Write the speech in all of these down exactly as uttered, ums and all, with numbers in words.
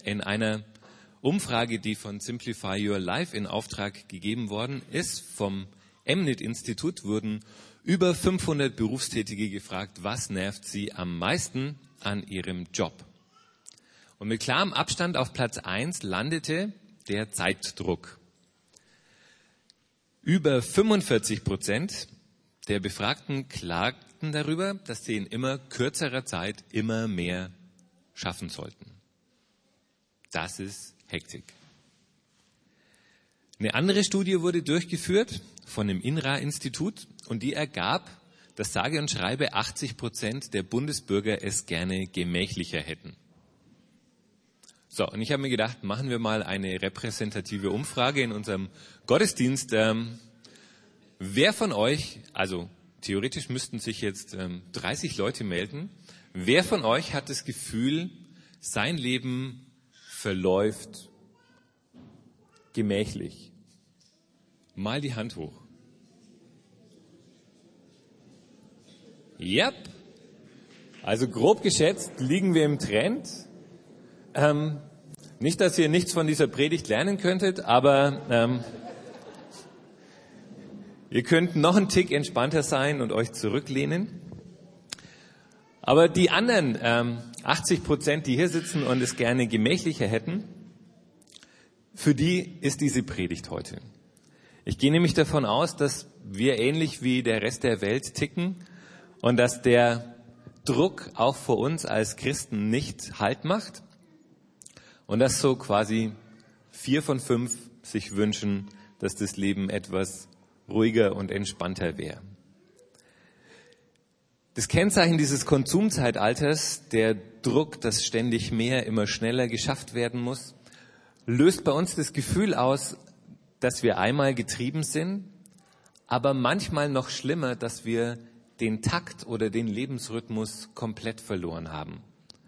in einer Umfrage, die von Simplify Your Life in Auftrag gegeben worden ist, vom Emnet-Institut wurden über fünfhundert Berufstätige gefragt, was nervt sie am meisten an ihrem Job. Und mit klarem Abstand auf Platz eins landete der Zeitdruck. Über fünfundvierzig Prozent der Befragten klagten darüber, dass sie in immer kürzerer Zeit immer mehr schaffen sollten. Das ist Hektik. Eine andere Studie wurde durchgeführt von dem INRA-Institut und die ergab, dass sage und schreibe achtzig Prozent der Bundesbürger es gerne gemächlicher hätten. So, und ich habe mir gedacht, machen wir mal eine repräsentative Umfrage in unserem Gottesdienst. Ähm, wer von euch, also theoretisch müssten sich jetzt ähm, dreißig Leute melden, wer von euch hat das Gefühl, sein Leben verläuft gemächlich? Mal die Hand hoch. Yep. Also grob geschätzt liegen wir im Trend. Ähm, nicht, dass ihr nichts von dieser Predigt lernen könntet, aber ähm, ihr könnt noch einen Tick entspannter sein und euch zurücklehnen. Aber die anderen ähm, achtzig Prozent, die hier sitzen und es gerne gemächlicher hätten, für die ist diese Predigt heute. Ich gehe nämlich davon aus, dass wir ähnlich wie der Rest der Welt ticken und dass der Druck auch vor uns als Christen nicht Halt macht. Und dass so quasi vier von fünf sich wünschen, dass das Leben etwas ruhiger und entspannter wäre. Das Kennzeichen dieses Konsumzeitalters, der Druck, dass ständig mehr, immer schneller geschafft werden muss, löst bei uns das Gefühl aus, dass wir einmal getrieben sind, aber manchmal noch schlimmer, dass wir den Takt oder den Lebensrhythmus komplett verloren haben.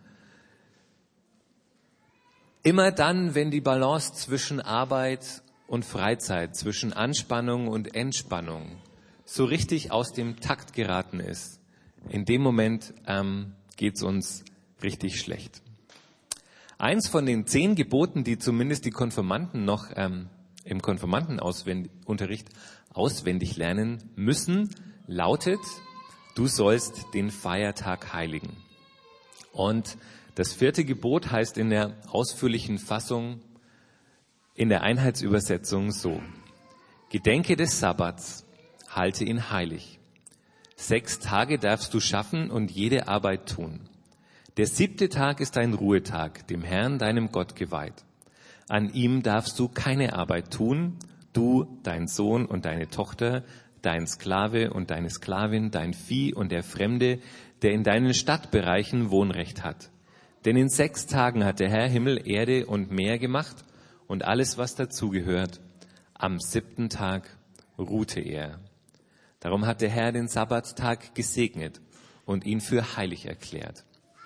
Immer dann, wenn die Balance zwischen Arbeit und Freizeit, zwischen Anspannung und Entspannung so richtig aus dem Takt geraten ist, in dem Moment ähm, geht's uns richtig schlecht. Eins von den zehn Geboten, die zumindest die Konfirmanden noch ähm, im Konfirmandenunterricht auswendig lernen müssen, lautet: Du sollst den Feiertag heiligen. Und das vierte Gebot heißt in der ausführlichen Fassung, in der Einheitsübersetzung so: Gedenke des Sabbats, halte ihn heilig. Sechs Tage darfst du schaffen und jede Arbeit tun. Der siebte Tag ist ein Ruhetag, dem Herrn, deinem Gott, geweiht. An ihm darfst du keine Arbeit tun, du, dein Sohn und deine Tochter, dein Sklave und deine Sklavin, dein Vieh und der Fremde, der in deinen Stadtbereichen Wohnrecht hat. Denn in sechs Tagen hat der Herr Himmel, Erde und Meer gemacht und alles, was dazugehört. Am siebten Tag ruhte er. Darum hat der Herr den Sabbattag gesegnet und ihn für heilig erklärt.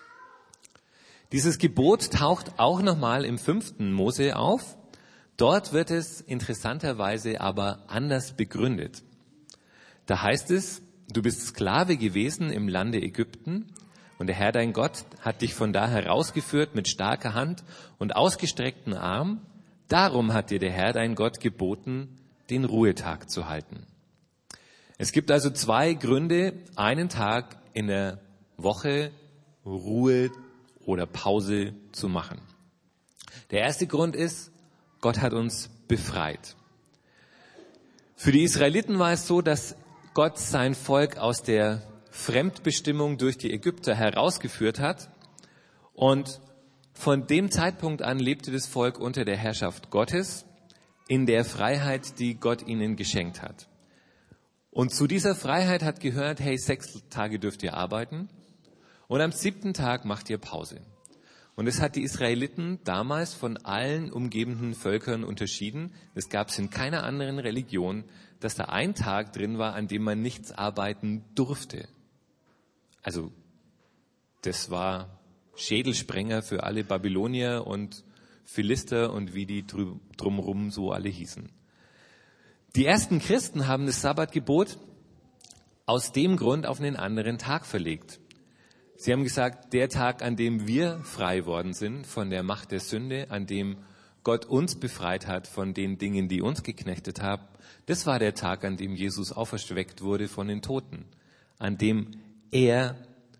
Dieses Gebot taucht auch nochmal im fünften Mose auf. Dort wird es interessanterweise aber anders begründet. Da heißt es: Du bist Sklave gewesen im Lande Ägypten. Und der Herr, dein Gott, hat dich von da herausgeführt mit starker Hand und ausgestrecktem Arm. Darum hat dir der Herr, dein Gott, geboten, den Ruhetag zu halten. Es gibt also zwei Gründe, einen Tag in der Woche Ruhe oder Pause zu machen. Der erste Grund ist, Gott hat uns befreit. Für die Israeliten war es so, dass Gott sein Volk aus der Fremdbestimmung durch die Ägypter herausgeführt hat und von dem Zeitpunkt an lebte das Volk unter der Herrschaft Gottes in der Freiheit, die Gott ihnen geschenkt hat. Und zu dieser Freiheit hat gehört, hey, sechs Tage dürft ihr arbeiten und am siebten Tag macht ihr Pause. Und es hat die Israeliten damals von allen umgebenden Völkern unterschieden. Es gab es in keiner anderen Religion, dass da ein Tag drin war, an dem man nichts arbeiten durfte. Also das war Schädelsprenger für alle Babylonier und Philister und wie die drumherum so alle hießen. Die ersten Christen haben das Sabbatgebot aus dem Grund auf einen anderen Tag verlegt. Sie haben gesagt, der Tag, an dem wir frei worden sind von der Macht der Sünde, an dem Gott uns befreit hat von den Dingen, die uns geknechtet haben, das war der Tag, an dem Jesus auferweckt wurde von den Toten, an dem er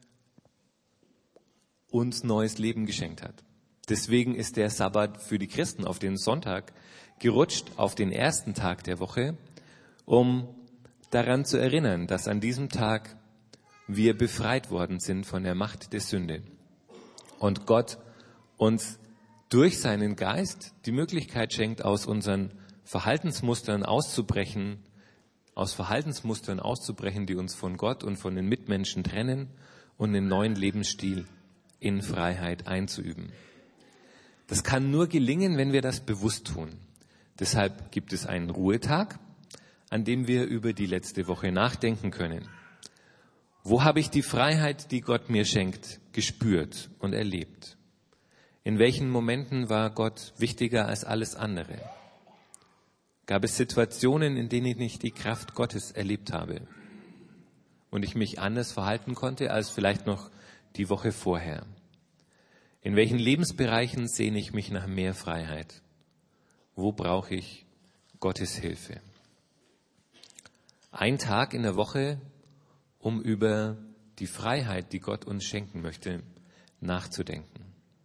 uns neues Leben geschenkt hat. Deswegen ist der Sabbat für die Christen auf den Sonntag gerutscht, auf den ersten Tag der Woche, um daran zu erinnern, dass an diesem Tag wir befreit worden sind von der Macht der Sünde und Gott uns durch seinen Geist die Möglichkeit schenkt, aus unseren Verhaltensmustern auszubrechen, aus Verhaltensmustern auszubrechen, die uns von Gott und von den Mitmenschen trennen und einen neuen Lebensstil in Freiheit einzuüben. Das kann nur gelingen, wenn wir das bewusst tun. Deshalb gibt es einen Ruhetag, an dem wir über die letzte Woche nachdenken können. Wo habe ich die Freiheit, die Gott mir schenkt, gespürt und erlebt? In welchen Momenten war Gott wichtiger als alles andere? Gab es Situationen, in denen ich die Kraft Gottes erlebt habe und ich mich anders verhalten konnte als vielleicht noch die Woche vorher? In welchen Lebensbereichen sehne ich mich nach mehr Freiheit? Wo brauche ich Gottes Hilfe? Ein Tag in der Woche, um über die Freiheit, die Gott uns schenken möchte, nachzudenken.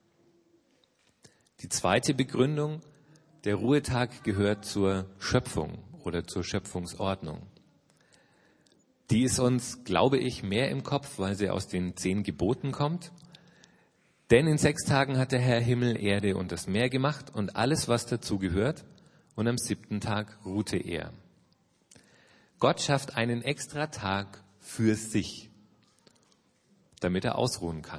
Die zweite Begründung, der Ruhetag gehört zur Schöpfung oder zur Schöpfungsordnung. Die ist uns, glaube ich, mehr im Kopf, weil sie aus den zehn Geboten kommt. Denn in sechs Tagen hat der Herr Himmel, Erde und das Meer gemacht und alles, was dazu gehört. Und am siebten Tag ruhte er. Gott schafft einen extra Tag für sich, damit er ausruhen kann.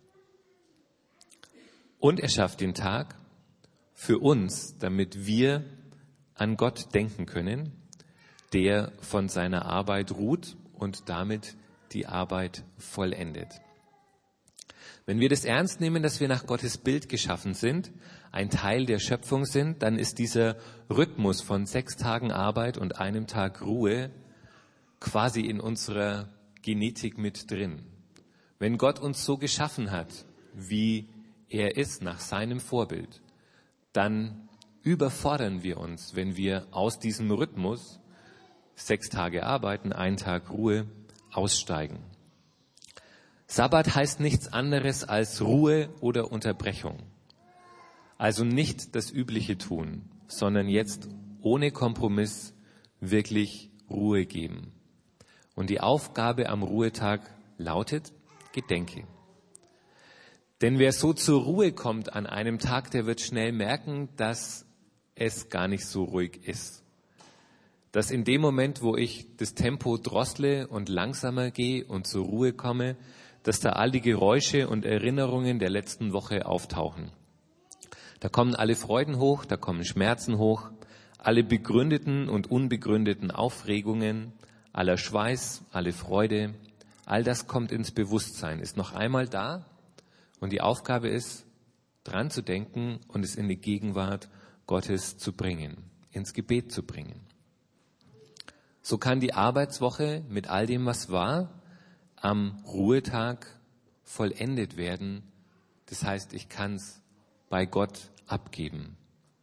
Und er schafft den Tag für uns, damit wir an Gott denken können, der von seiner Arbeit ruht und damit die Arbeit vollendet. Wenn wir das ernst nehmen, dass wir nach Gottes Bild geschaffen sind, ein Teil der Schöpfung sind, dann ist dieser Rhythmus von sechs Tagen Arbeit und einem Tag Ruhe quasi in unserer Genetik mit drin. Wenn Gott uns so geschaffen hat, wie er ist, nach seinem Vorbild, dann überfordern wir uns, wenn wir aus diesem Rhythmus sechs Tage arbeiten, einen Tag Ruhe aussteigen. Sabbat heißt nichts anderes als Ruhe oder Unterbrechung. Also nicht das übliche tun, sondern jetzt ohne Kompromiss wirklich Ruhe geben. Und die Aufgabe am Ruhetag lautet, gedenke. Denn wer so zur Ruhe kommt an einem Tag, der wird schnell merken, dass es gar nicht so ruhig ist. Dass in dem Moment, wo ich das Tempo drossle und langsamer gehe und zur Ruhe komme, dass da all die Geräusche und Erinnerungen der letzten Woche auftauchen. Da kommen alle Freuden hoch, da kommen Schmerzen hoch, alle begründeten und unbegründeten Aufregungen, aller Schweiß, alle Freude, all das kommt ins Bewusstsein, ist noch einmal da und die Aufgabe ist, dran zu denken und es in die Gegenwart Gottes zu bringen, ins Gebet zu bringen. So kann die Arbeitswoche mit all dem, was war, am Ruhetag vollendet werden. Das heißt, ich kann es bei Gott abgeben.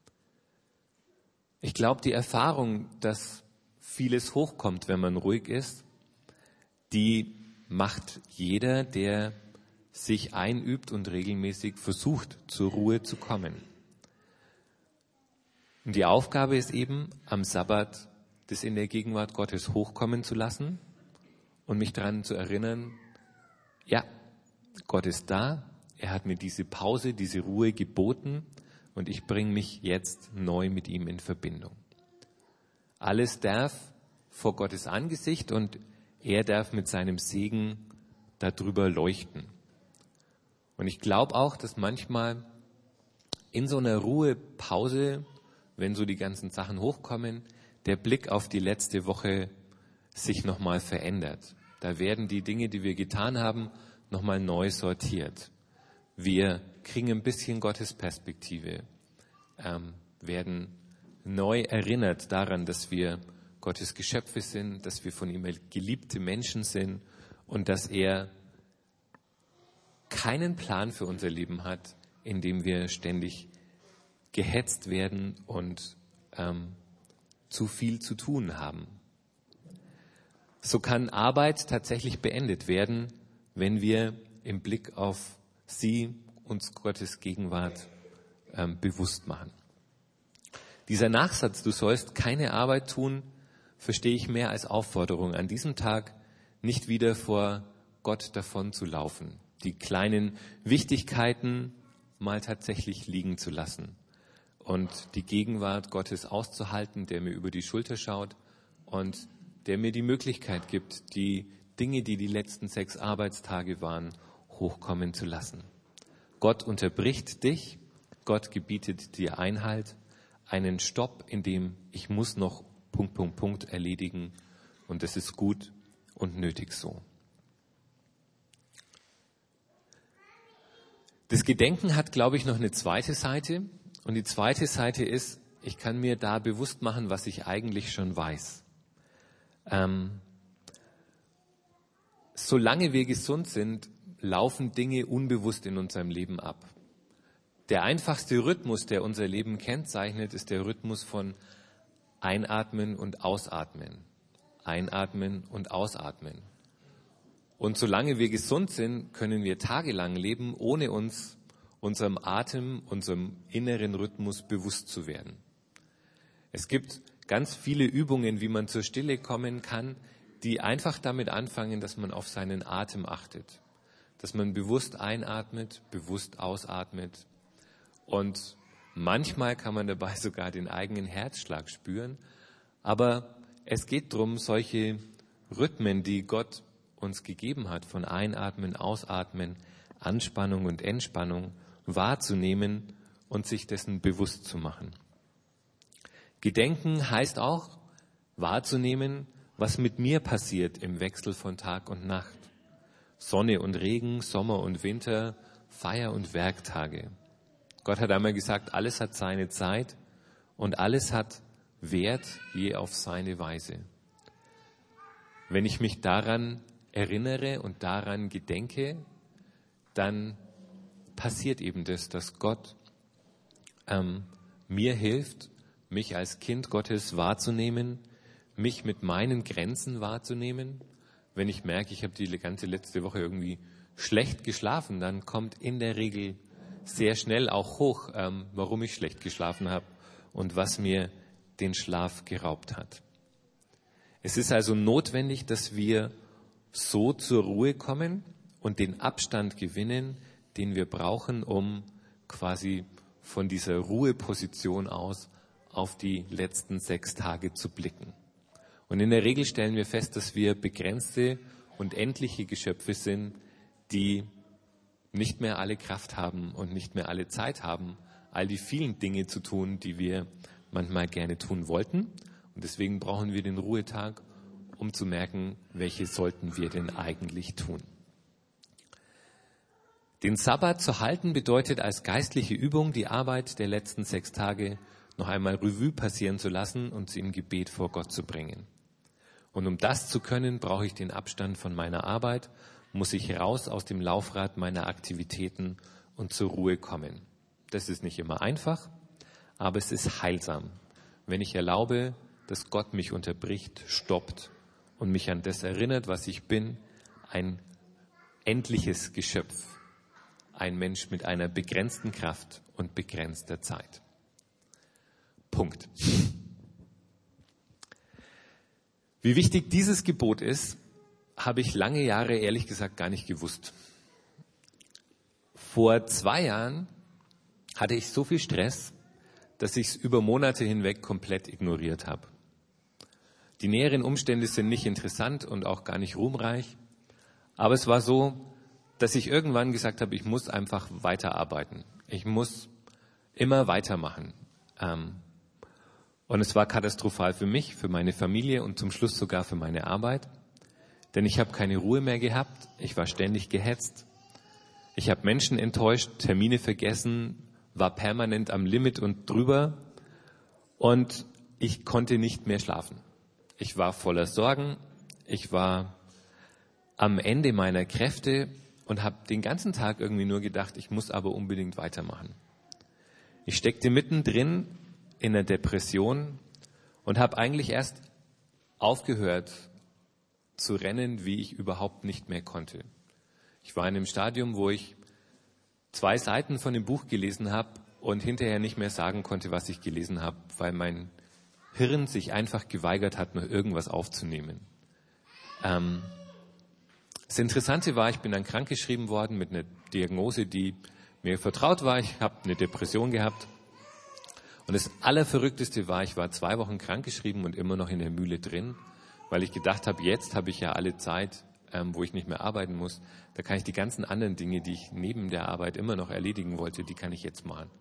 Ich glaube, die Erfahrung, dass vieles hochkommt, wenn man ruhig ist, die macht jeder, der sich einübt und regelmäßig versucht, zur Ruhe zu kommen. Und die Aufgabe ist eben, am Sabbat das in der Gegenwart Gottes hochkommen zu lassen und mich daran zu erinnern, ja, Gott ist da, er hat mir diese Pause, diese Ruhe geboten und ich bringe mich jetzt neu mit ihm in Verbindung. Alles darf vor Gottes Angesicht und er darf mit seinem Segen darüber leuchten. Und ich glaube auch, dass manchmal in so einer Ruhepause, wenn so die ganzen Sachen hochkommen, der Blick auf die letzte Woche sich nochmal verändert. Da werden die Dinge, die wir getan haben, nochmal neu sortiert. Wir kriegen ein bisschen Gottes Perspektive, ähm, werden neu erinnert daran, dass wir Gottes Geschöpfe sind, dass wir von ihm geliebte Menschen sind und dass er keinen Plan für unser Leben hat, in dem wir ständig gehetzt werden und ähm, zu viel zu tun haben. So kann Arbeit tatsächlich beendet werden, wenn wir im Blick auf sie uns Gottes Gegenwart ähm, bewusst machen. Dieser Nachsatz, du sollst keine Arbeit tun, verstehe ich mehr als Aufforderung, an diesem Tag nicht wieder vor Gott davon zu laufen, die kleinen Wichtigkeiten mal tatsächlich liegen zu lassen und die Gegenwart Gottes auszuhalten, der mir über die Schulter schaut und der mir die Möglichkeit gibt, die Dinge, die die letzten sechs Arbeitstage waren, hochkommen zu lassen. Gott unterbricht dich, Gott gebietet dir Einhalt, einen Stopp, in dem ich muss noch Punkt, Punkt, Punkt erledigen und das ist gut und nötig so. Das Gedenken hat, glaube ich, noch eine zweite Seite und die zweite Seite ist, ich kann mir da bewusst machen, was ich eigentlich schon weiß. Ähm, solange wir gesund sind, laufen Dinge unbewusst in unserem Leben ab. Der einfachste Rhythmus, der unser Leben kennzeichnet, ist der Rhythmus von Einatmen und Ausatmen. Einatmen und Ausatmen. Und solange wir gesund sind, können wir tagelang leben, ohne uns unserem Atem, unserem inneren Rhythmus bewusst zu werden. Es gibt ganz viele Übungen, wie man zur Stille kommen kann, die einfach damit anfangen, dass man auf seinen Atem achtet. Dass man bewusst einatmet, bewusst ausatmet. Und manchmal kann man dabei sogar den eigenen Herzschlag spüren. Aber es geht darum, solche Rhythmen, die Gott uns gegeben hat, von Einatmen, Ausatmen, Anspannung und Entspannung, wahrzunehmen und sich dessen bewusst zu machen. Gedenken heißt auch, wahrzunehmen, was mit mir passiert im Wechsel von Tag und Nacht. Sonne und Regen, Sommer und Winter, Feier und Werktage. Gott hat einmal gesagt, alles hat seine Zeit und alles hat Wert je auf seine Weise. Wenn ich mich daran erinnere und daran gedenke, dann passiert eben das, dass Gott ähm, mir hilft, mich als Kind Gottes wahrzunehmen, mich mit meinen Grenzen wahrzunehmen. Wenn ich merke, ich habe die ganze letzte Woche irgendwie schlecht geschlafen, dann kommt in der Regel sehr schnell auch hoch, ähm, warum ich schlecht geschlafen habe und was mir den Schlaf geraubt hat. Es ist also notwendig, dass wir so zur Ruhe kommen und den Abstand gewinnen, den wir brauchen, um quasi von dieser Ruheposition aus auf die letzten sechs Tage zu blicken. Und in der Regel stellen wir fest, dass wir begrenzte und endliche Geschöpfe sind, die nicht mehr alle Kraft haben und nicht mehr alle Zeit haben, all die vielen Dinge zu tun, die wir manchmal gerne tun wollten. Und deswegen brauchen wir den Ruhetag, um zu merken, welche sollten wir denn eigentlich tun. Den Sabbat zu halten bedeutet als geistliche Übung, die Arbeit der letzten sechs Tage noch einmal Revue passieren zu lassen und sie im Gebet vor Gott zu bringen. Und um das zu können, brauche ich den Abstand von meiner Arbeit, muss ich raus aus dem Laufrad meiner Aktivitäten und zur Ruhe kommen. Das ist nicht immer einfach, aber es ist heilsam, wenn ich erlaube, dass Gott mich unterbricht, stoppt und mich an das erinnert, was ich bin, ein endliches Geschöpf, ein Mensch mit einer begrenzten Kraft und begrenzter Zeit. Punkt. Wie wichtig dieses Gebot ist, habe ich lange Jahre ehrlich gesagt gar nicht gewusst. Vor zwei Jahren hatte ich so viel Stress, dass ich es über Monate hinweg komplett ignoriert habe. Die näheren Umstände sind nicht interessant und auch gar nicht ruhmreich, aber es war so, dass ich irgendwann gesagt habe, ich muss einfach weiterarbeiten. Ich muss immer weitermachen. Und es war katastrophal für mich, für meine Familie und zum Schluss sogar für meine Arbeit. Denn ich habe keine Ruhe mehr gehabt, ich war ständig gehetzt, ich habe Menschen enttäuscht, Termine vergessen, war permanent am Limit und drüber und ich konnte nicht mehr schlafen. Ich war voller Sorgen, ich war am Ende meiner Kräfte und habe den ganzen Tag irgendwie nur gedacht, ich muss aber unbedingt weitermachen. Ich steckte mittendrin in einer Depression und habe eigentlich erst aufgehört zu rennen, wie ich überhaupt nicht mehr konnte. Ich war in einem Stadium, wo ich zwei Seiten von dem Buch gelesen habe und hinterher nicht mehr sagen konnte, was ich gelesen habe, weil mein Hirn sich einfach geweigert hat, noch irgendwas aufzunehmen. Ähm, das Interessante war, ich bin dann krankgeschrieben worden mit einer Diagnose, die mir vertraut war. Ich habe eine Depression gehabt. Und das Allerverrückteste war, ich war zwei Wochen krankgeschrieben und immer noch in der Mühle drin, weil ich gedacht habe, jetzt habe ich ja alle Zeit, ähm, wo ich nicht mehr arbeiten muss. Da kann ich die ganzen anderen Dinge, die ich neben der Arbeit immer noch erledigen wollte, die kann ich jetzt machen.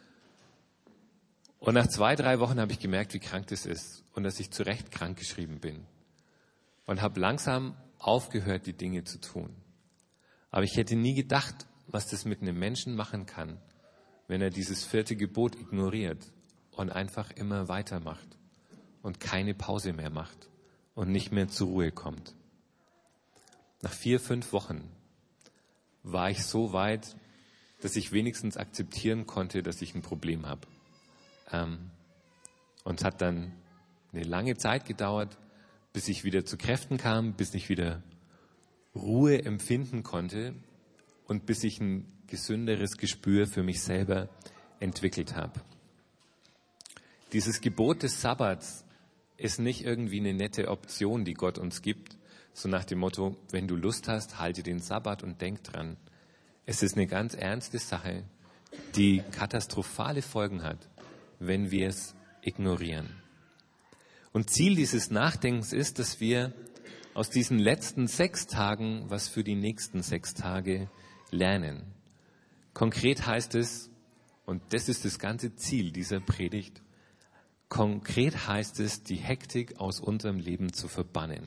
Und nach zwei, drei Wochen habe ich gemerkt, wie krank das ist und dass ich zu Recht krankgeschrieben bin. Und habe langsam aufgehört, die Dinge zu tun. Aber ich hätte nie gedacht, was das mit einem Menschen machen kann, wenn er dieses vierte Gebot ignoriert und einfach immer weitermacht und keine Pause mehr macht und nicht mehr zur Ruhe kommt. Nach vier, fünf Wochen war ich so weit, dass ich wenigstens akzeptieren konnte, dass ich ein Problem habe. Ähm, und es hat dann eine lange Zeit gedauert, bis ich wieder zu Kräften kam, bis ich wieder Ruhe empfinden konnte und bis ich ein gesünderes Gespür für mich selber entwickelt habe. Dieses Gebot des Sabbats ist nicht irgendwie eine nette Option, die Gott uns gibt, so nach dem Motto, wenn du Lust hast, halte den Sabbat und denk dran. Es ist eine ganz ernste Sache, die katastrophale Folgen hat, wenn wir es ignorieren. Und Ziel dieses Nachdenkens ist, dass wir aus diesen letzten sechs Tagen was für die nächsten sechs Tage lernen. Konkret heißt es, und das ist das ganze Ziel dieser Predigt, konkret heißt es, die Hektik aus unserem Leben zu verbannen.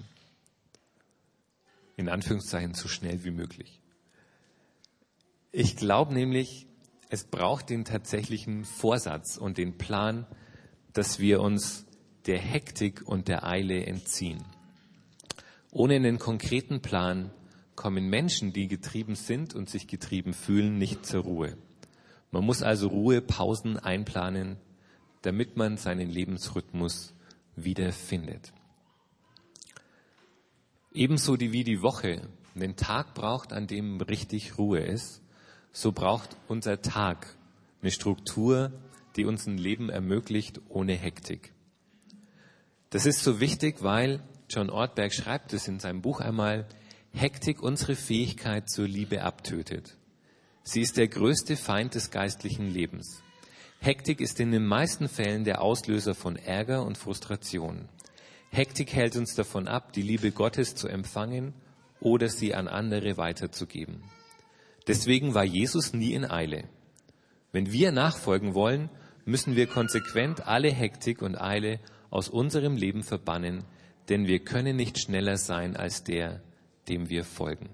In Anführungszeichen so schnell wie möglich. Ich glaube nämlich, es braucht den tatsächlichen Vorsatz und den Plan, dass wir uns der Hektik und der Eile entziehen. Ohne einen konkreten Plan kommen Menschen, die getrieben sind und sich getrieben fühlen, nicht zur Ruhe. Man muss also Ruhepausen einplanen, damit man seinen Lebensrhythmus wiederfindet. Ebenso wie die Woche einen Tag braucht, an dem richtig Ruhe ist, so braucht unser Tag eine Struktur, die uns ein Leben ermöglicht ohne Hektik. Das ist so wichtig, weil John Ortberg schreibt es in seinem Buch einmal, Hektik unsere Fähigkeit zur Liebe abtötet. Sie ist der größte Feind des geistlichen Lebens. Hektik ist in den meisten Fällen der Auslöser von Ärger und Frustration. Hektik hält uns davon ab, die Liebe Gottes zu empfangen oder sie an andere weiterzugeben. Deswegen war Jesus nie in Eile. Wenn wir nachfolgen wollen, müssen wir konsequent alle Hektik und Eile aus unserem Leben verbannen, denn wir können nicht schneller sein als der, dem wir folgen.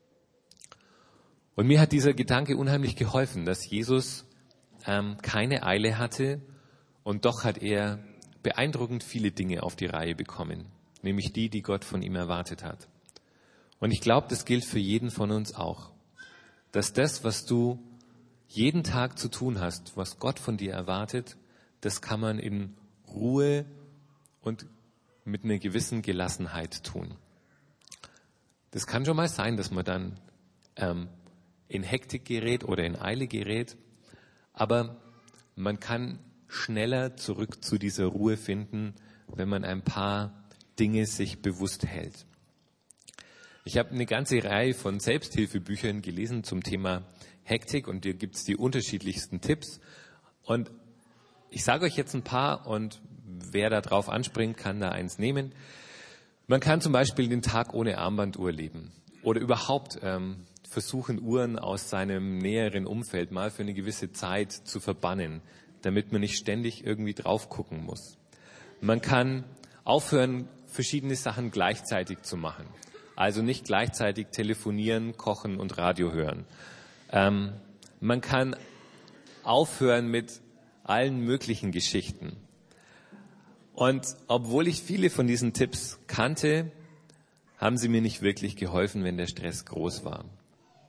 Und mir hat dieser Gedanke unheimlich geholfen, dass Jesus ähm, keine Eile hatte und doch hat er beeindruckend viele Dinge auf die Reihe bekommen, nämlich die, die Gott von ihm erwartet hat. Und ich glaube, das gilt für jeden von uns auch, dass das, was du jeden Tag zu tun hast, was Gott von dir erwartet, das kann man in Ruhe und mit einer gewissen Gelassenheit tun. Das kann schon mal sein, dass man dann ähm, in Hektik gerät oder in Eile gerät, aber man kann schneller zurück zu dieser Ruhe finden, wenn man ein paar Dinge sich bewusst hält. Ich habe eine ganze Reihe von Selbsthilfebüchern gelesen zum Thema Hektik und hier gibt es die unterschiedlichsten Tipps. Und ich sage euch jetzt ein paar und wer da drauf anspringt, kann da eins nehmen. Man kann zum Beispiel den Tag ohne Armbanduhr leben oder überhaupt ähm, versuchen, Uhren aus seinem näheren Umfeld mal für eine gewisse Zeit zu verbannen, damit man nicht ständig irgendwie drauf gucken muss. Man kann aufhören, verschiedene Sachen gleichzeitig zu machen. Also nicht gleichzeitig telefonieren, kochen und Radio hören. Ähm, man kann aufhören mit allen möglichen Geschichten. Und obwohl ich viele von diesen Tipps kannte, haben sie mir nicht wirklich geholfen, wenn der Stress groß war.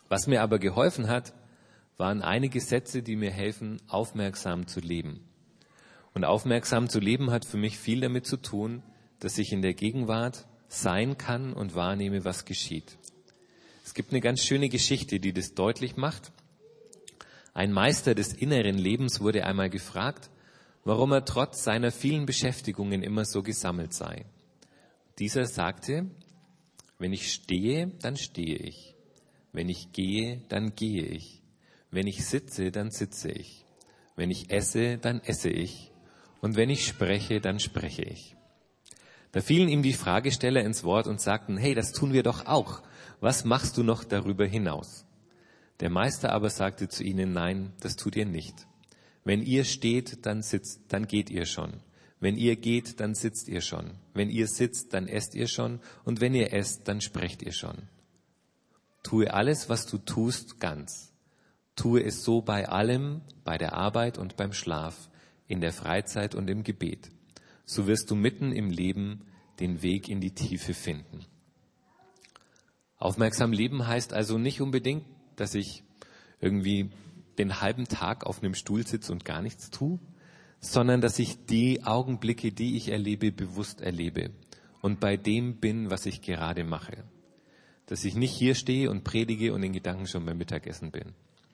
Was mir aber geholfen hat, waren einige Sätze, die mir helfen, aufmerksam zu leben. Und aufmerksam zu leben hat für mich viel damit zu tun, dass ich in der Gegenwart sein kann und wahrnehme, was geschieht. Es gibt eine ganz schöne Geschichte, die das deutlich macht. Ein Meister des inneren Lebens wurde einmal gefragt, warum er trotz seiner vielen Beschäftigungen immer so gesammelt sei. Dieser sagte, wenn ich stehe, dann stehe ich. Wenn ich gehe, dann gehe ich. Wenn ich sitze, dann sitze ich. Wenn ich esse, dann esse ich. Und wenn ich spreche, dann spreche ich. Da fielen ihm die Fragesteller ins Wort und sagten, hey, das tun wir doch auch. Was machst du noch darüber hinaus? Der Meister aber sagte zu ihnen, nein, das tut ihr nicht. Wenn ihr steht, dann sitzt, dann geht ihr schon. Wenn ihr geht, dann sitzt ihr schon. Wenn ihr sitzt, dann esst ihr schon. Und wenn ihr esst, dann sprecht ihr schon. Tue alles, was du tust, ganz. Tue es so bei allem, bei der Arbeit und beim Schlaf, in der Freizeit und im Gebet. So wirst du mitten im Leben den Weg in die Tiefe finden. Aufmerksam leben heißt also nicht unbedingt, dass ich irgendwie den halben Tag auf einem Stuhl sitze und gar nichts tue, sondern dass ich die Augenblicke, die ich erlebe, bewusst erlebe und bei dem bin, was ich gerade mache. Dass ich nicht hier stehe und predige und in Gedanken schon beim Mittagessen bin.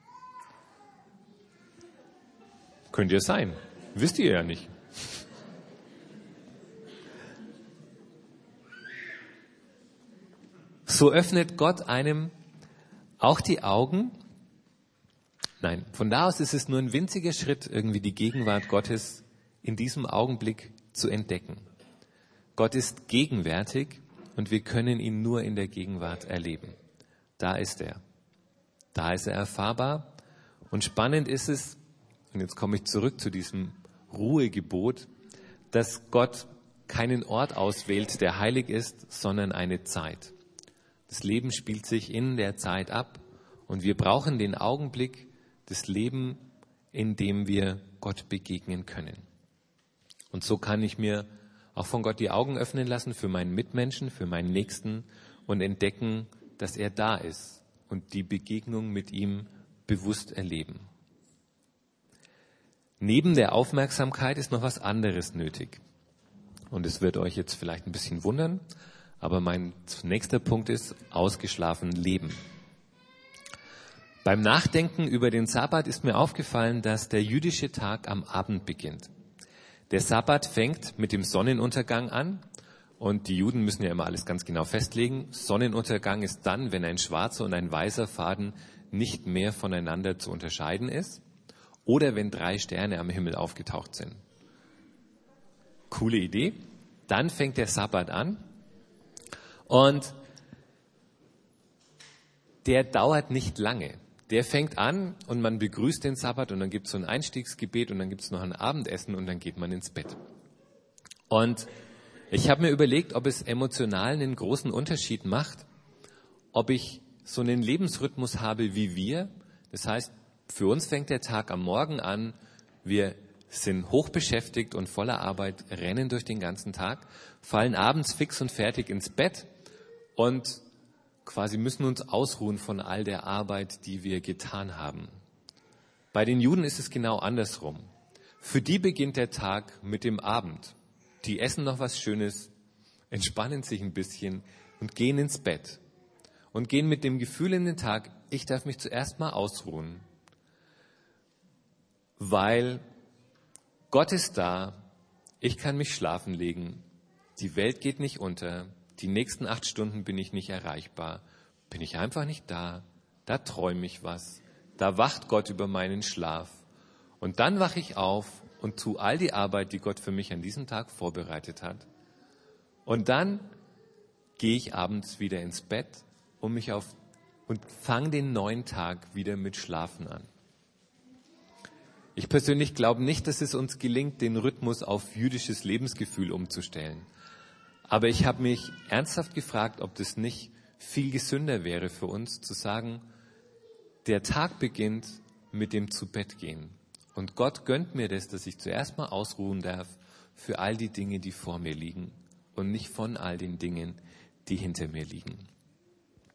Könnt ihr sein, wisst ihr ja nicht. So öffnet Gott einem auch die Augen. Nein, von da aus ist es nur ein winziger Schritt, irgendwie die Gegenwart Gottes in diesem Augenblick zu entdecken. Gott ist gegenwärtig und wir können ihn nur in der Gegenwart erleben. Da ist er. Da ist er erfahrbar. Und spannend ist es, und jetzt komme ich zurück zu diesem Ruhegebot, dass Gott keinen Ort auswählt, der heilig ist, sondern eine Zeit. Das Leben spielt sich in der Zeit ab und wir brauchen den Augenblick des Lebens, in dem wir Gott begegnen können. Und so kann ich mir auch von Gott die Augen öffnen lassen für meinen Mitmenschen, für meinen Nächsten und entdecken, dass er da ist und die Begegnung mit ihm bewusst erleben. Neben der Aufmerksamkeit ist noch was anderes nötig. Und es wird euch jetzt vielleicht ein bisschen wundern, aber mein nächster Punkt ist ausgeschlafen leben. Beim Nachdenken über den Sabbat ist mir aufgefallen, dass der jüdische Tag am Abend beginnt. Der Sabbat fängt mit dem Sonnenuntergang an und die Juden müssen ja immer alles ganz genau festlegen. Sonnenuntergang ist dann, wenn ein schwarzer und ein weißer Faden nicht mehr voneinander zu unterscheiden ist oder wenn drei Sterne am Himmel aufgetaucht sind. Coole Idee. Dann fängt der Sabbat an und der dauert nicht lange. Der fängt an und man begrüßt den Sabbat und dann gibt es so ein Einstiegsgebet und dann gibt es noch ein Abendessen und dann geht man ins Bett. Und ich habe mir überlegt, ob es emotional einen großen Unterschied macht, ob ich so einen Lebensrhythmus habe wie wir. Das heißt, für uns fängt der Tag am Morgen an, wir sind hochbeschäftigt und voller Arbeit, rennen durch den ganzen Tag, fallen abends fix und fertig ins Bett und quasi müssen uns ausruhen von all der Arbeit, die wir getan haben. Bei den Juden ist es genau andersrum. Für die beginnt der Tag mit dem Abend. Die essen noch was Schönes, entspannen sich ein bisschen und gehen ins Bett. Und gehen mit dem Gefühl in den Tag, ich darf mich zuerst mal ausruhen. Weil Gott ist da, ich kann mich schlafen legen, die Welt geht nicht unter, die nächsten acht Stunden bin ich nicht erreichbar, bin ich einfach nicht da, da träume ich was, da wacht Gott über meinen Schlaf. Und dann wache ich auf und tue all die Arbeit, die Gott für mich an diesem Tag vorbereitet hat. Und dann gehe ich abends wieder ins Bett und mich auf und fange den neuen Tag wieder mit Schlafen an. Ich persönlich glaube nicht, dass es uns gelingt, den Rhythmus auf jüdisches Lebensgefühl umzustellen. Aber ich habe mich ernsthaft gefragt, ob das nicht viel gesünder wäre für uns, zu sagen, der Tag beginnt mit dem Zu-Bett-Gehen. Und Gott gönnt mir das, dass ich zuerst mal ausruhen darf für all die Dinge, die vor mir liegen und nicht von all den Dingen, die hinter mir liegen.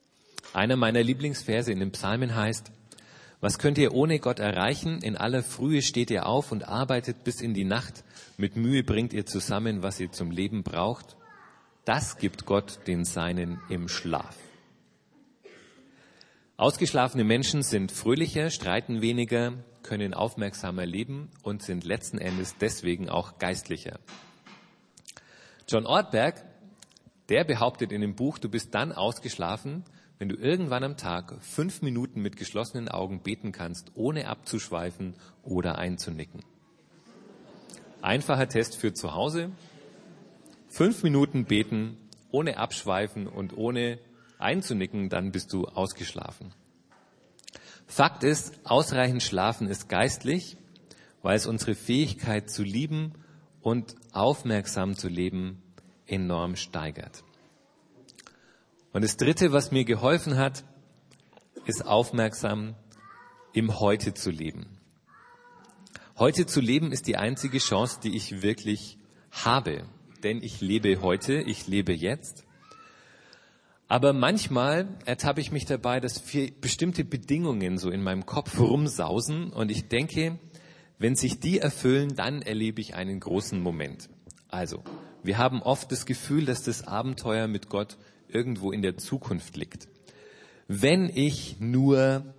Einer meiner Lieblingsverse in den Psalmen heißt: Was könnt ihr ohne Gott erreichen? In aller Frühe steht ihr auf und arbeitet bis in die Nacht. Mit Mühe bringt ihr zusammen, was ihr zum Leben braucht. Das gibt Gott den Seinen im Schlaf. Ausgeschlafene Menschen sind fröhlicher, streiten weniger, können aufmerksamer leben und sind letzten Endes deswegen auch geistlicher. John Ortberg, der behauptet in dem Buch, du bist dann ausgeschlafen, wenn du irgendwann am Tag fünf Minuten mit geschlossenen Augen beten kannst, ohne abzuschweifen oder einzunicken. Einfacher Test für zu Hause. Fünf Minuten beten, ohne abschweifen und ohne einzunicken, dann bist du ausgeschlafen. Fakt ist, ausreichend schlafen ist geistlich, weil es unsere Fähigkeit zu lieben und aufmerksam zu leben enorm steigert. Und das Dritte, was mir geholfen hat, ist aufmerksam im Heute zu leben. Heute zu leben ist die einzige Chance, die ich wirklich habe. Denn ich lebe heute, ich lebe jetzt. Aber manchmal ertappe ich mich dabei, dass für bestimmte Bedingungen so in meinem Kopf rumsausen und ich denke, wenn sich die erfüllen, dann erlebe ich einen großen Moment. Also, wir haben oft das Gefühl, dass das Abenteuer mit Gott irgendwo in der Zukunft liegt. Wenn ich nur,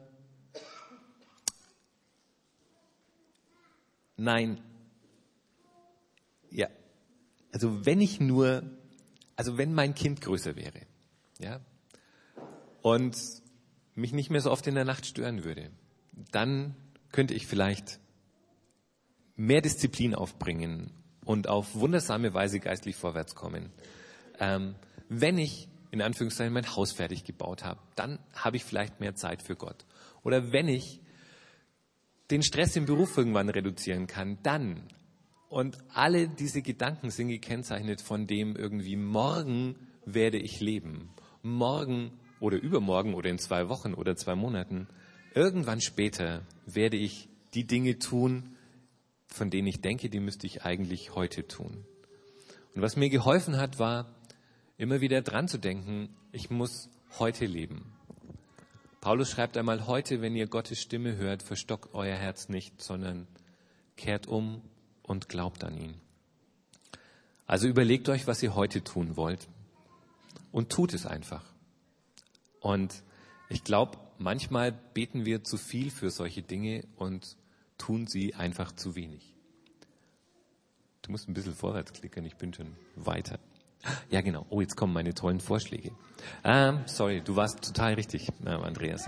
nein, ja, also wenn ich nur, also wenn mein Kind größer wäre, ja, und mich nicht mehr so oft in der Nacht stören würde, dann könnte ich vielleicht mehr Disziplin aufbringen und auf wundersame Weise geistlich vorwärts kommen. Ähm, wenn ich in Anführungszeichen mein Haus fertig gebaut habe, dann habe ich vielleicht mehr Zeit für Gott. Oder wenn ich den Stress im Beruf irgendwann reduzieren kann, dann. Und alle diese Gedanken sind gekennzeichnet von dem irgendwie, morgen werde ich leben. Morgen oder übermorgen oder in zwei Wochen oder zwei Monaten, irgendwann später werde ich die Dinge tun, von denen ich denke, die müsste ich eigentlich heute tun. Und was mir geholfen hat, war, immer wieder dran zu denken, ich muss heute leben. Paulus schreibt einmal, heute, wenn ihr Gottes Stimme hört, verstockt euer Herz nicht, sondern kehrt um und glaubt an ihn. Also überlegt euch, was ihr heute tun wollt und tut es einfach. Und ich glaube, manchmal beten wir zu viel für solche Dinge und tun sie einfach zu wenig. Du musst ein bisschen vorwärts klicken, ich bin schon weiter. Ja, genau. Oh, jetzt kommen meine tollen Vorschläge. Ähm, sorry, du warst total richtig, äh, Andreas.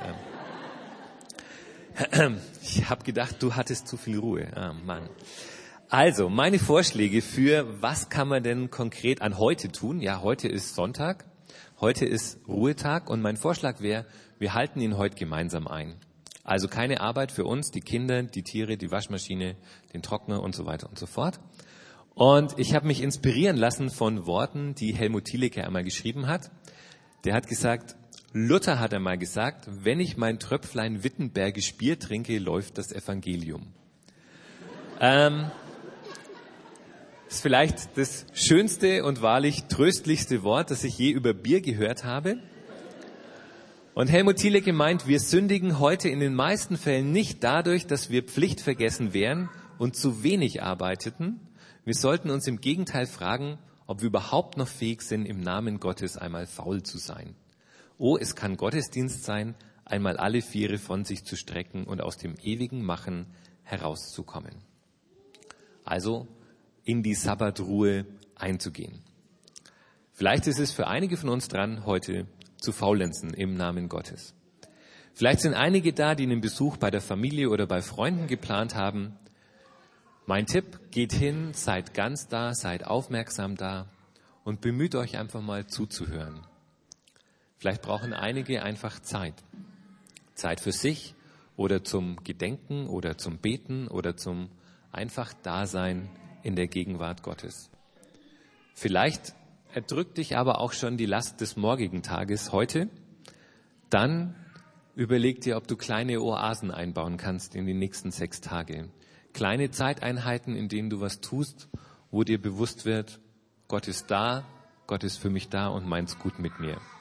Ähm. Ich habe gedacht, du hattest zu viel Ruhe. Ah, Mann. Also, meine Vorschläge für, was kann man denn konkret an heute tun? Ja, heute ist Sonntag, heute ist Ruhetag und mein Vorschlag wäre, wir halten ihn heute gemeinsam ein. Also keine Arbeit für uns, die Kinder, die Tiere, die Waschmaschine, den Trockner und so weiter und so fort. Und ich habe mich inspirieren lassen von Worten, die Helmut Thielicke einmal geschrieben hat. Der hat gesagt, Luther hat einmal gesagt, wenn ich mein Tröpflein Wittenbergisch Bier trinke, läuft das Evangelium. Ähm, das ist vielleicht das schönste und wahrlich tröstlichste Wort, das ich je über Bier gehört habe. Und Helmut Thielicke meint, wir sündigen heute in den meisten Fällen nicht dadurch, dass wir pflichtvergessen wären und zu wenig arbeiteten. Wir sollten uns im Gegenteil fragen, ob wir überhaupt noch fähig sind, im Namen Gottes einmal faul zu sein. Oh, es kann Gottesdienst sein, einmal alle Viere von sich zu strecken und aus dem ewigen Machen herauszukommen. Also in die Sabbatruhe einzugehen. Vielleicht ist es für einige von uns dran, heute zu faulenzen im Namen Gottes. Vielleicht sind einige da, die einen Besuch bei der Familie oder bei Freunden geplant haben. Mein Tipp, geht hin, seid ganz da, seid aufmerksam da und bemüht euch einfach mal zuzuhören. Vielleicht brauchen einige einfach Zeit. Zeit für sich oder zum Gedenken oder zum Beten oder zum einfach Dasein in der Gegenwart Gottes. Vielleicht erdrückt dich aber auch schon die Last des morgigen Tages heute. Dann überleg dir, ob du kleine Oasen einbauen kannst in die nächsten sechs Tage. Kleine Zeiteinheiten, in denen du was tust, wo dir bewusst wird, Gott ist da, Gott ist für mich da und meint's gut mit mir.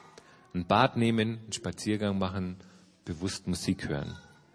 ein Bad nehmen, einen Spaziergang machen, bewusst Musik hören.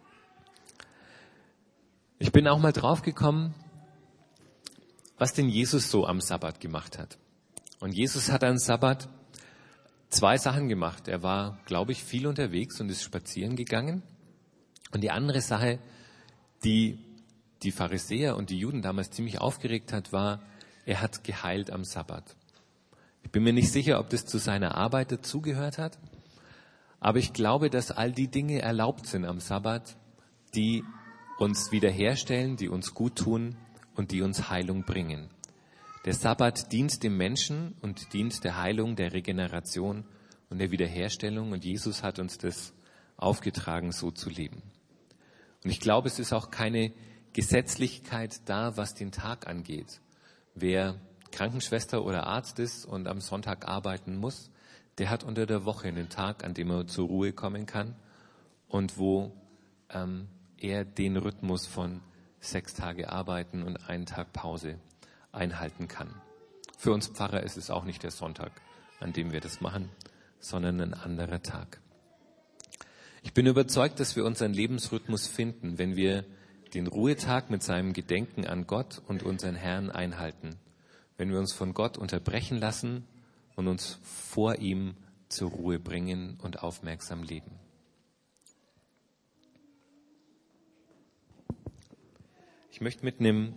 Ich bin auch mal draufgekommen, was denn Jesus so am Sabbat gemacht hat. Und Jesus hat am Sabbat zwei Sachen gemacht. Er war, glaube ich, viel unterwegs und ist spazieren gegangen. Und die andere Sache, die die Pharisäer und die Juden damals ziemlich aufgeregt hat, war, er hat geheilt am Sabbat. Ich bin mir nicht sicher, ob das zu seiner Arbeit dazugehört hat, aber ich glaube, dass all die Dinge erlaubt sind am Sabbat, die uns wiederherstellen, die uns gut tun und die uns Heilung bringen. Der Sabbat dient dem Menschen und dient der Heilung, der Regeneration und der Wiederherstellung, und Jesus hat uns das aufgetragen, so zu leben. Und ich glaube, es ist auch keine Gesetzlichkeit da, was den Tag angeht. Wer Krankenschwester oder Arzt ist und am Sonntag arbeiten muss, der hat unter der Woche einen Tag, an dem er zur Ruhe kommen kann und wo ähm, er den Rhythmus von sechs Tage arbeiten und einen Tag Pause einhalten kann. Für uns Pfarrer ist es auch nicht der Sonntag, an dem wir das machen, sondern ein anderer Tag. Ich bin überzeugt, dass wir unseren Lebensrhythmus finden, wenn wir den Ruhetag mit seinem Gedenken an Gott und unseren Herrn einhalten, wenn wir uns von Gott unterbrechen lassen und uns vor ihm zur Ruhe bringen und aufmerksam leben. Ich möchte mit einem,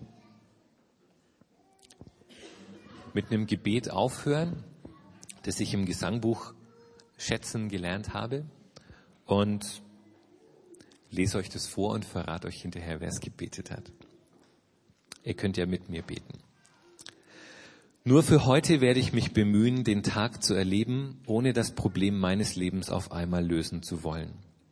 mit einem Gebet aufhören, das ich im Gesangbuch schätzen gelernt habe, und lese euch das vor und verrate euch hinterher, wer es gebetet hat. Ihr könnt ja mit mir beten. Nur für heute werde ich mich bemühen, den Tag zu erleben, ohne das Problem meines Lebens auf einmal lösen zu wollen.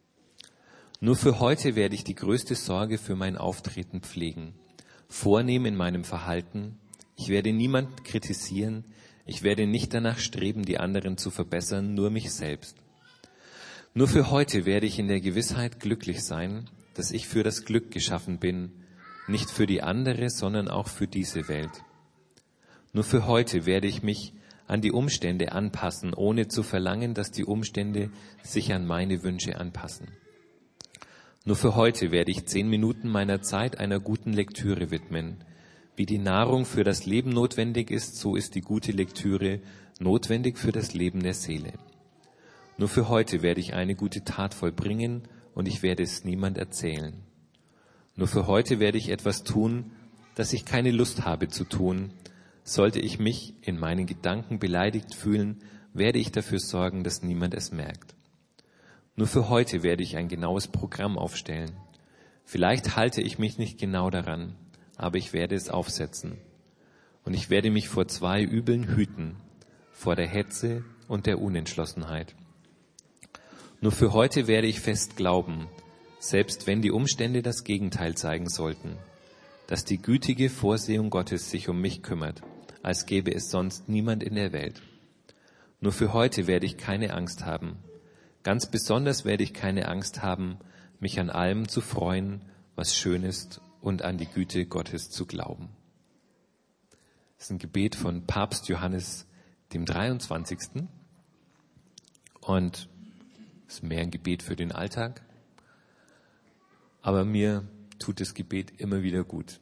Nur für heute werde ich die größte Sorge für mein Auftreten pflegen, vornehmen in meinem Verhalten. Ich werde niemanden kritisieren, ich werde nicht danach streben, die anderen zu verbessern, nur mich selbst. Nur für heute werde ich in der Gewissheit glücklich sein, dass ich für das Glück geschaffen bin, nicht für die andere, sondern auch für diese Welt. Nur für heute werde ich mich an die Umstände anpassen, ohne zu verlangen, dass die Umstände sich an meine Wünsche anpassen. Nur für heute werde ich zehn Minuten meiner Zeit einer guten Lektüre widmen. Wie die Nahrung für das Leben notwendig ist, so ist die gute Lektüre notwendig für das Leben der Seele. Nur für heute werde ich eine gute Tat vollbringen und ich werde es niemand erzählen. Nur für heute werde ich etwas tun, das ich keine Lust habe zu tun. Sollte ich mich in meinen Gedanken beleidigt fühlen, werde ich dafür sorgen, dass niemand es merkt. Nur für heute werde ich ein genaues Programm aufstellen. Vielleicht halte ich mich nicht genau daran, aber ich werde es aufsetzen. Und ich werde mich vor zwei Übeln hüten, vor der Hetze und der Unentschlossenheit. Nur für heute werde ich fest glauben, selbst wenn die Umstände das Gegenteil zeigen sollten, dass die gütige Vorsehung Gottes sich um mich kümmert, als gäbe es sonst niemand in der Welt. Nur für heute werde ich keine Angst haben. Ganz besonders werde ich keine Angst haben, mich an allem zu freuen, was schön ist, und an die Güte Gottes zu glauben. Das ist ein Gebet von Papst Johannes dem dreiundzwanzigsten Und es ist mehr ein Gebet für den Alltag. Aber mir tut das Gebet immer wieder gut.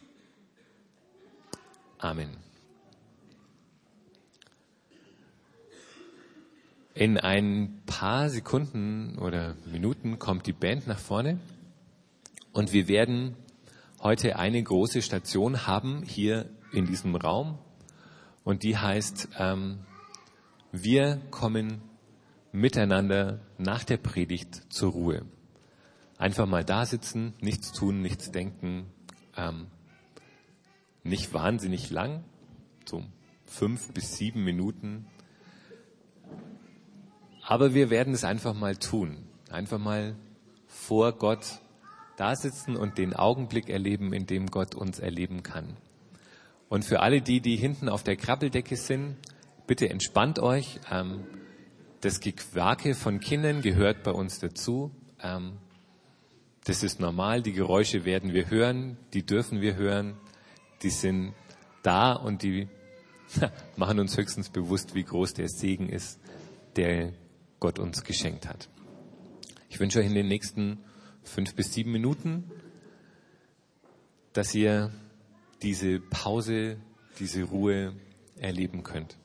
Amen. In ein paar Sekunden oder Minuten kommt die Band nach vorne und wir werden heute eine große Station haben hier in diesem Raum, und die heißt, ähm, wir kommen miteinander nach der Predigt zur Ruhe. Einfach mal da sitzen, nichts tun, nichts denken, ähm, nicht wahnsinnig lang, so fünf bis sieben Minuten. Aber wir werden es einfach mal tun. Einfach mal vor Gott da sitzen und den Augenblick erleben, in dem Gott uns erleben kann. Und für alle die, die hinten auf der Krabbeldecke sind, bitte entspannt euch. Ähm, das Gequake von Kindern gehört bei uns dazu. Ähm, das ist normal. Die Geräusche werden wir hören. Die dürfen wir hören. Die sind da und die machen uns höchstens bewusst, wie groß der Segen ist, der Gott uns geschenkt hat. Ich wünsche euch in den nächsten fünf bis sieben Minuten, dass ihr diese Pause, diese Ruhe erleben könnt.